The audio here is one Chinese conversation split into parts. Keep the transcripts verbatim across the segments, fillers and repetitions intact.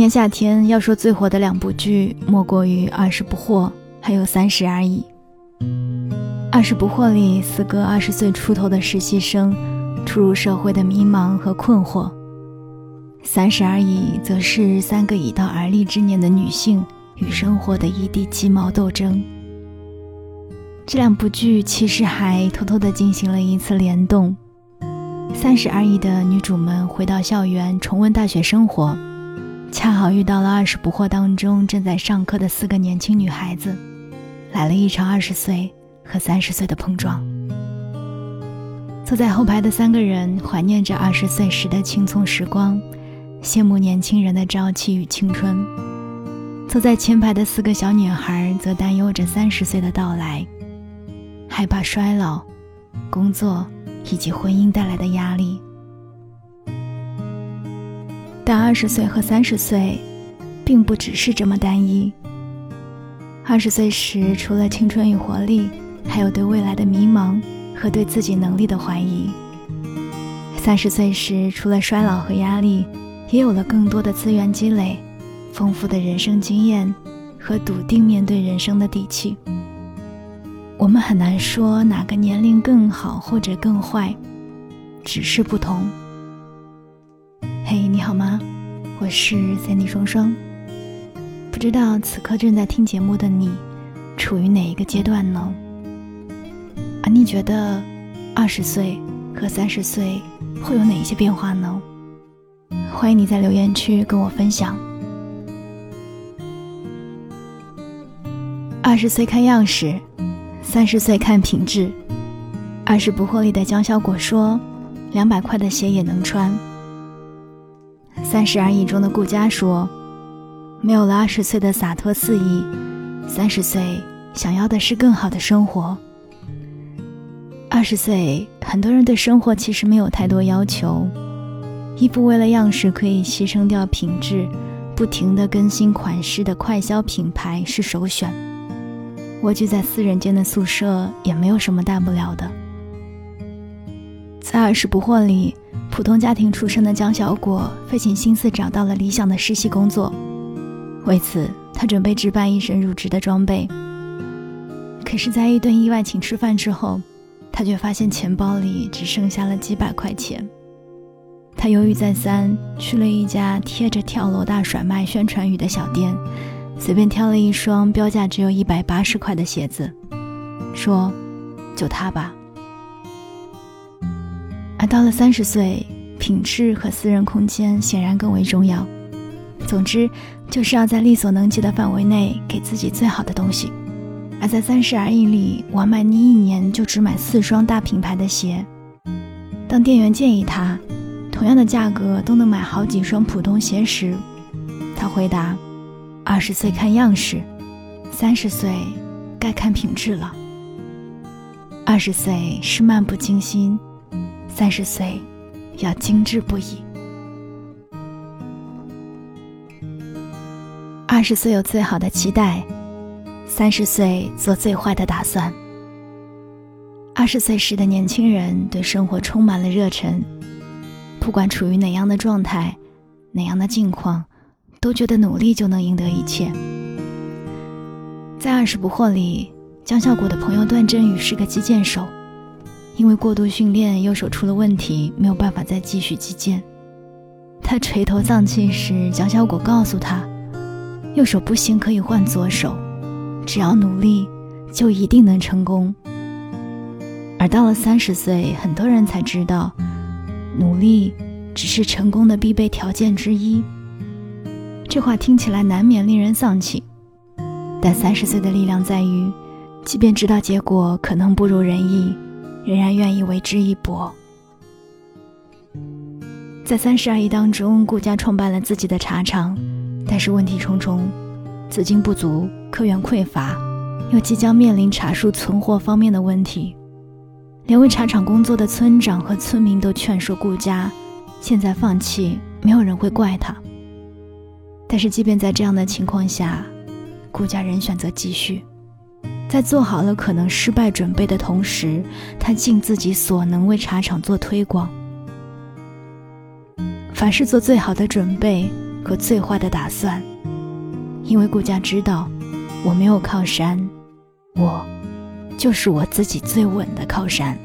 年夏天要说最火的两部剧，莫过于《二十不惑》还有《三十而已》。《二十不惑》里，四个二十岁出头的实习生初入社会的迷茫和困惑，《三十而已》则是三个已到而立之年的女性与生活的一地鸡毛斗争。这两部剧其实还偷偷地进行了一次联动。三十而已的女主们回到校园重温大学生活，恰好遇到了二十不惑当中正在上课的四个年轻女孩子，来了一场二十岁和三十岁的碰撞。坐在后排的三个人怀念着二十岁时的青葱时光，羡慕年轻人的朝气与青春。坐在前排的四个小女孩则担忧着三十岁的到来，害怕衰老、工作以及婚姻带来的压力。但二十岁和三十岁并不只是这么单一。二十岁时除了青春与活力，还有对未来的迷茫和对自己能力的怀疑。三十岁时除了衰老和压力，也有了更多的资源积累，丰富的人生经验和笃定面对人生的底气。我们很难说哪个年龄更好或者更坏，只是不同。嘿，你好吗？我是Sandy双双。不知道此刻正在听节目的你处于哪一个阶段呢？而你觉得二十岁和三十岁会有哪一些变化呢？欢迎你在留言区跟我分享。二十岁看样式，三十岁看品质。二十不惑里的江小果说，两百块的鞋也能穿。三十而已中的顾佳说，没有了二十岁的洒脱肆意，三十岁想要的是更好的生活。二十岁，很多人对生活其实没有太多要求，衣服为了样式可以牺牲掉品质，不停地更新款式的快消品牌是首选。蜗居在四人间的宿舍也没有什么大不了的。在二十不惑里，普通家庭出身的江小果费尽心思找到了理想的实习工作，为此他准备置办一身入职的装备。可是在一顿意外请吃饭之后，他却发现钱包里只剩下了几百块钱。他犹豫再三，去了一家贴着跳楼大甩卖宣传语的小店，随便挑了一双标价只有一百八十块的鞋子，说就它吧。而到了三十岁，品质和私人空间显然更为重要。总之，就是要在力所能及的范围内给自己最好的东西。而在三十而已里，王曼妮一年就只买四双大品牌的鞋。当店员建议他，同样的价格都能买好几双普通鞋时，他回答：二十岁看样式，三十岁该看品质了。二十岁是漫不经心，三十岁要精致不已。二十岁有最好的期待，三十岁做最坏的打算。二十岁时的年轻人对生活充满了热忱，不管处于哪样的状态，哪样的境况，都觉得努力就能赢得一切。在二十不惑里，江小果的朋友段振宇是个击剑手，因为过度训练右手出了问题，没有办法再继续击剑。他垂头丧气时，江小果告诉他，右手不行可以换左手，只要努力就一定能成功。而到了三十岁，很多人才知道，努力只是成功的必备条件之一。这话听起来难免令人丧气，但三十岁的力量在于，即便知道结果可能不如人意，仍然愿意为之一搏。在三十而已当中，顾佳创办了自己的茶厂，但是问题重重，资金不足，客源匮乏，又即将面临茶树存货方面的问题。连为茶厂工作的村长和村民都劝说顾佳，现在放弃，没有人会怪他。但是即便在这样的情况下，顾佳仍选择继续。在做好了可能失败准备的同时，他尽自己所能为茶厂做推广。凡事做最好的准备， 和最坏的打算，因为顾佳知道我没有靠山，我就是我自己最稳的靠山。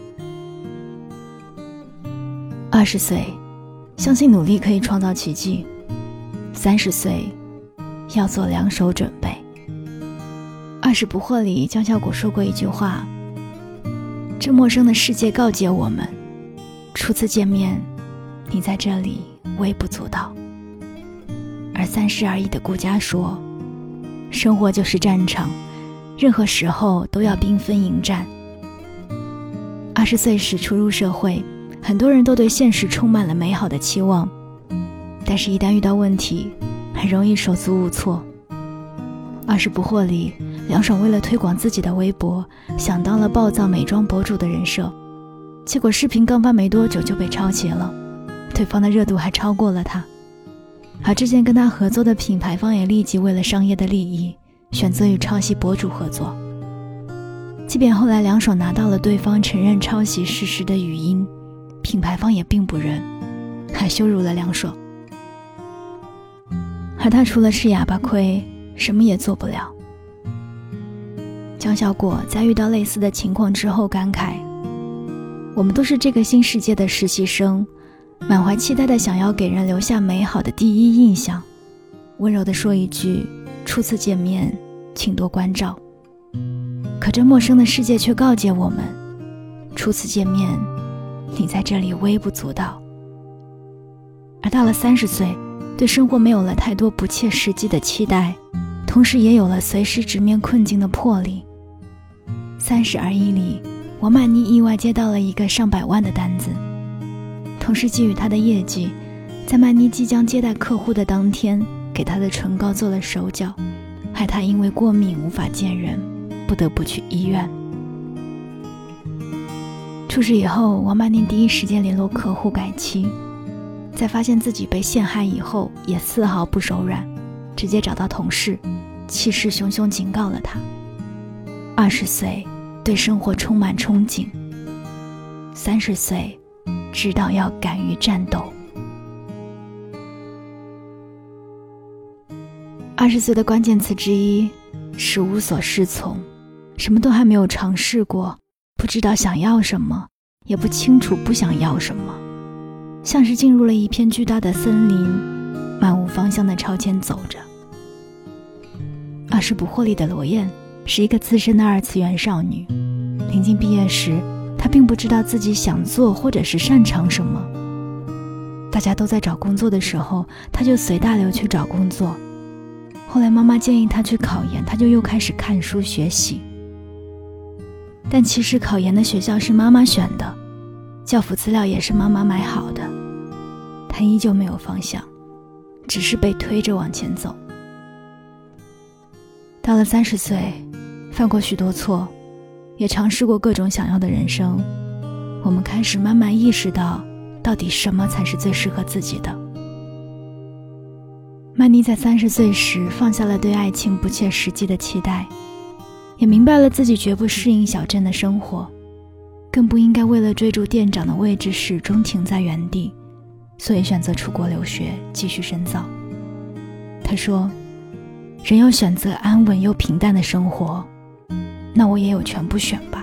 二十岁，相信努力可以创造奇迹；三十岁，要做两手准备。二十不惑里，江小果说过一句话：这陌生的世界告诫我们，初次见面，你在这里微不足道。而三十而已的顾佳说，生活就是战场，任何时候都要兵分迎战。二十岁时初入社会，很多人都对现实充满了美好的期望，但是一旦遇到问题，很容易手足无措。二十不惑里，梁爽为了推广自己的微博，想当了暴躁美妆博主的人设，结果视频刚发没多久就被抄袭了，对方的热度还超过了他。而之前跟他合作的品牌方也立即为了商业的利益，选择与抄袭博主合作。即便后来梁爽拿到了对方承认抄袭事实的语音，品牌方也并不认，还羞辱了梁爽。而他除了吃哑巴亏，什么也做不了。江小果在遇到类似的情况之后感慨，我们都是这个新世界的实习生，满怀期待的想要给人留下美好的第一印象，温柔地说一句初次见面请多关照。可这陌生的世界却告诫我们，初次见面你在这里微不足道。而到了三十岁，对生活没有了太多不切实际的期待，同时也有了随时直面困境的魄力。三十而已里，王曼妮意外接到了一个上百万的单子，同时基于她的业绩，在曼妮即将接待客户的当天，给她的唇膏做了手脚，害她因为过敏无法见人，不得不去医院。出事以后，王曼妮第一时间联络客户改期，在发现自己被陷害以后，也丝毫不手软，直接找到同事，气势汹汹警告了他：二十岁对生活充满憧憬，三十岁知道要敢于战斗。二十岁的关键词之一是无所适从，什么都还没有尝试过，不知道想要什么，也不清楚不想要什么，像是进入了一片巨大的森林，漫无方向地朝前走着。二十不惑里的罗燕是一个资深的二次元少女，临近毕业时，她并不知道自己想做或者是擅长什么。大家都在找工作的时候，她就随大流去找工作。后来妈妈建议她去考研，她就又开始看书学习。但其实考研的学校是妈妈选的，教辅资料也是妈妈买好的，她依旧没有方向，只是被推着往前走。到了三十岁，犯过许多错，也尝试过各种想要的人生，我们开始慢慢意识到，到底什么才是最适合自己的。曼妮在三十岁时放下了对爱情不切实际的期待，也明白了自己绝不适应小镇的生活，更不应该为了追逐店长的位置始终停在原地，所以选择出国留学，继续深造。她说，人有选择安稳又平淡的生活，那我也有权不选吧。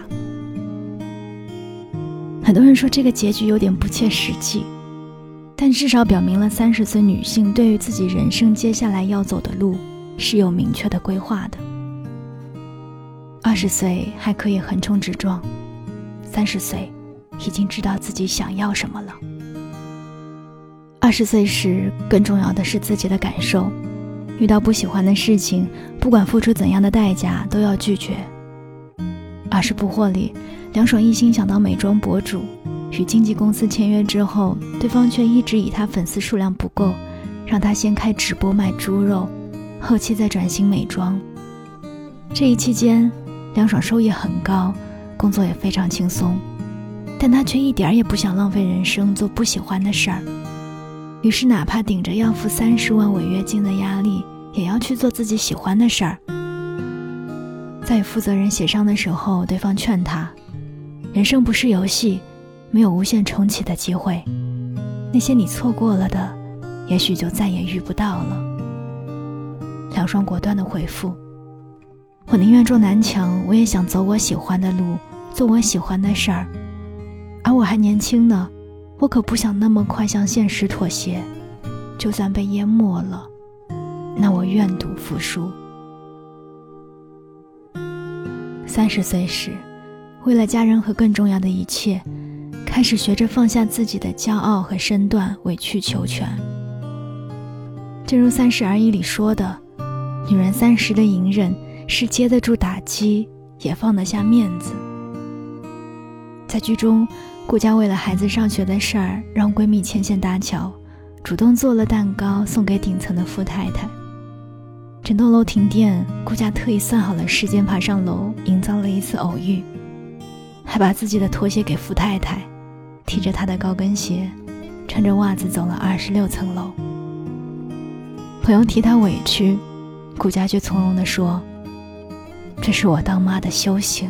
很多人说这个结局有点不切实际，但至少表明了三十岁女性对于自己人生接下来要走的路是有明确的规划的。二十岁还可以横冲直撞，三十岁已经知道自己想要什么了。二十岁时，更重要的是自己的感受，遇到不喜欢的事情，不管付出怎样的代价，都要拒绝。二十不惑里，梁爽一心想当美妆博主，与经纪公司签约之后，对方却一直以他粉丝数量不够，让他先开直播卖猪肉，后期再转型美妆。这一期间，梁爽收益很高，工作也非常轻松，但他却一点也不想浪费人生做不喜欢的事儿。于是哪怕顶着要付三十万违约金的压力，也要去做自己喜欢的事儿。在与负责人协商的时候，对方劝他，人生不是游戏，没有无限重启的机会，那些你错过了的， 也许就再也遇不到了。梁双果断地回复，我宁愿撞南墙，我也想走我喜欢的路，做我喜欢的事儿。而我还年轻呢，我可不想那么快向现实妥协，就算被淹没了，那我愿赌服输。三十岁时，为了家人和更重要的一切，开始学着放下自己的骄傲和身段，委曲求全。正如《三十而已》里说的，女人三十的隐忍是接得住打击，也放得下面子。在剧中，顾家为了孩子上学的事儿，让闺蜜牵线搭桥，主动做了蛋糕送给顶层的富太太。整栋楼停电，顾家特意算好了时间爬上楼，营造了一次偶遇，还把自己的拖鞋给富太太，提着她的高跟鞋，穿着袜子走了二十六层楼。朋友替她委屈，顾家却从容地说，这是我当妈的修行。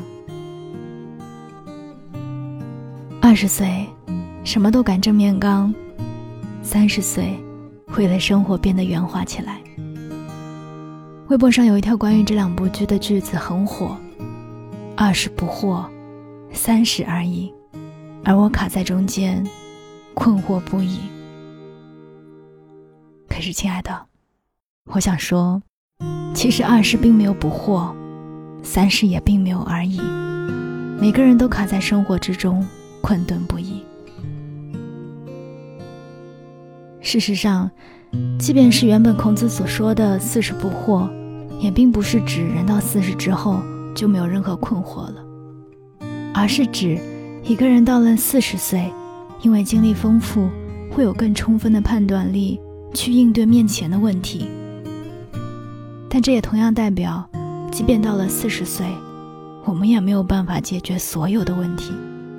二十岁什么都敢正面刚，三十岁为了生活变得圆滑起来。微博上有一条关于这两部剧的句子很火，二十不惑，三十而已，而我卡在中间，困惑不已。可是亲爱的，我想说，其实二十并没有不惑，三十也并没有而已，每个人都卡在生活之中，困顿不已。事实上，即便是原本孔子所说的四十不惑，也并不是指人到四十之后就没有任何困惑了，而是指一个人到了四十岁，因为经历丰富，会有更充分的判断力去应对面前的问题。但这也同样代表，即便到了四十岁，我们也没有办法解决所有的问题。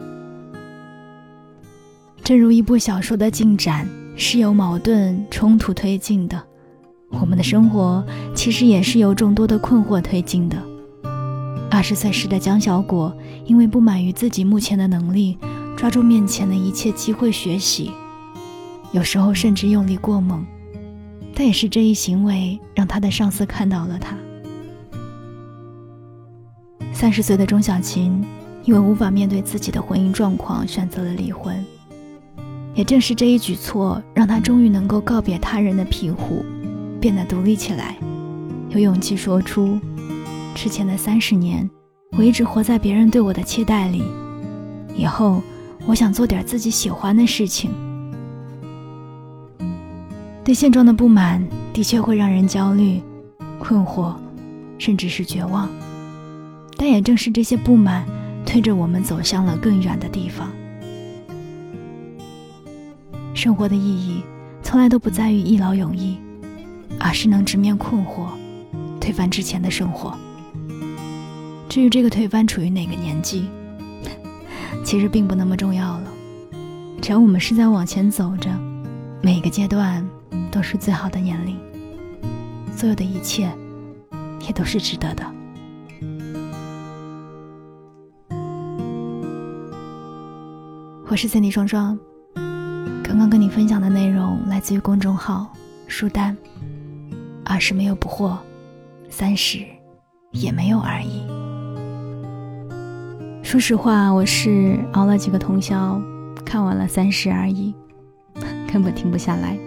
正如一部小说的进展是由矛盾冲突推进的，我们的生活其实也是由众多的困惑推进的。二十岁时的江小果，因为不满于自己目前的能力，抓住面前的一切机会学习，有时候甚至用力过猛，但也是这一行为让他的上司看到了他。三十岁的钟小琴，因为无法面对自己的婚姻状况，选择了离婚。也正是这一举措，让他终于能够告别他人的庇护，变得独立起来，有勇气说出，之前的三十年，我一直活在别人对我的期待里，以后我想做点自己喜欢的事情。对现状的不满的确会让人焦虑、困惑，甚至是绝望，但也正是这些不满推着我们走向了更远的地方。生活的意义从来都不在于一劳永逸，而是能直面困惑，推翻之前的生活。至于这个推翻处于哪个年纪，其实并不那么重要了，只要我们是在往前走着，每个阶段都是最好的年龄，所有的一切也都是值得的。我是Cindy双双，刚刚跟你分享的内容来自于公众号书单。二十没有不惑，三十也没有而已。说实话，我是熬了几个通宵，看完了三十而已，根本停不下来。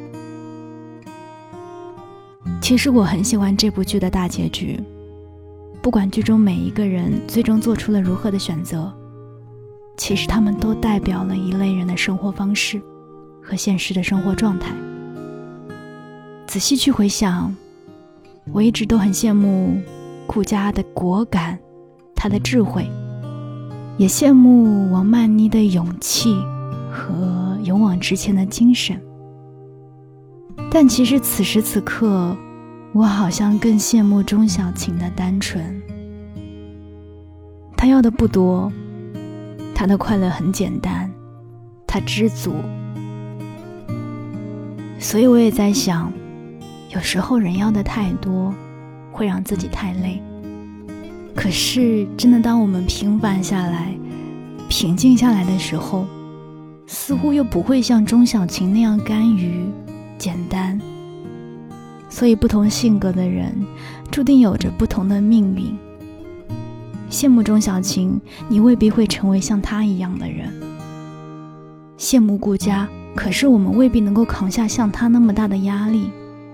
其实我很喜欢这部剧的大结局，不管剧中每一个人最终做出了如何的选择，其实他们都代表了一类人的生活方式和现实的生活状态。仔细去回想，我一直都很羡慕顾家的果敢，他的智慧，也羡慕王曼妮的勇气和勇往直前的精神。但其实此时此刻，我好像更羡慕钟小琴的单纯。她要的不多，她的快乐很简单，她知足。所以我也在想，有时候人要的太多，会让自己太累。可是真的当我们平凡下来，平静下来的时候，似乎又不会像钟小琴那样甘于简单。所以不同性格的人注定有着不同的命运。羡慕钟小琴，你未必会成为像她一样的人。羡慕顾佳，可是我们未必能够扛下像她那么大的压力。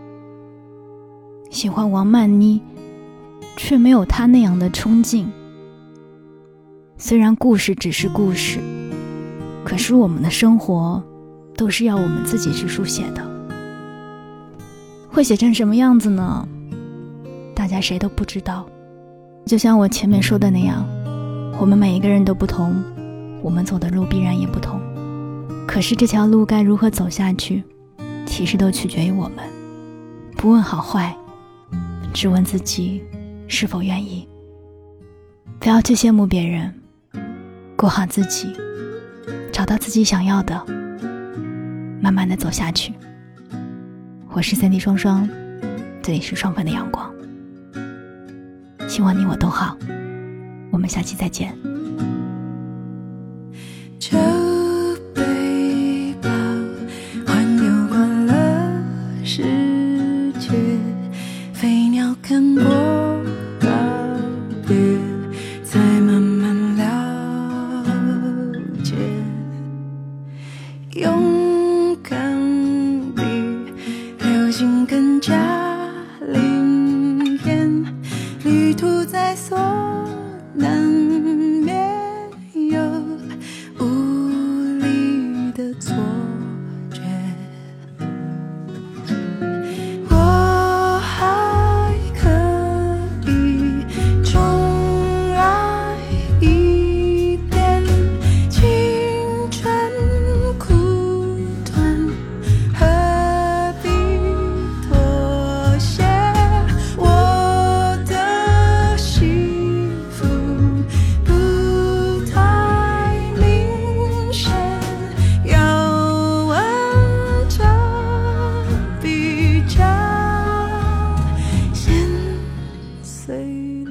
喜欢王曼妮，却没有她那样的冲劲。虽然故事只是故事，可是我们的生活都是要我们自己去书写的。会写成什么样子呢？大家谁都不知道。就像我前面说的那样，我们每一个人都不同，我们走的路必然也不同。可是这条路该如何走下去，其实都取决于我们。不问好坏，只问自己是否愿意。不要去羡慕别人，过好自己，找到自己想要的，慢慢的走下去。我是三 D 双双，这里是双份的阳光。希望你我都好，我们下期再见。 这背包环游过了世界，飞鸟看过告别，才慢慢了解，勇敢比流星更加灵验，旅途在所难免有无力的错觉，我还可以重来一遍，青春苦短，何必妥协，我的幸福不太明显，要问这比较心碎。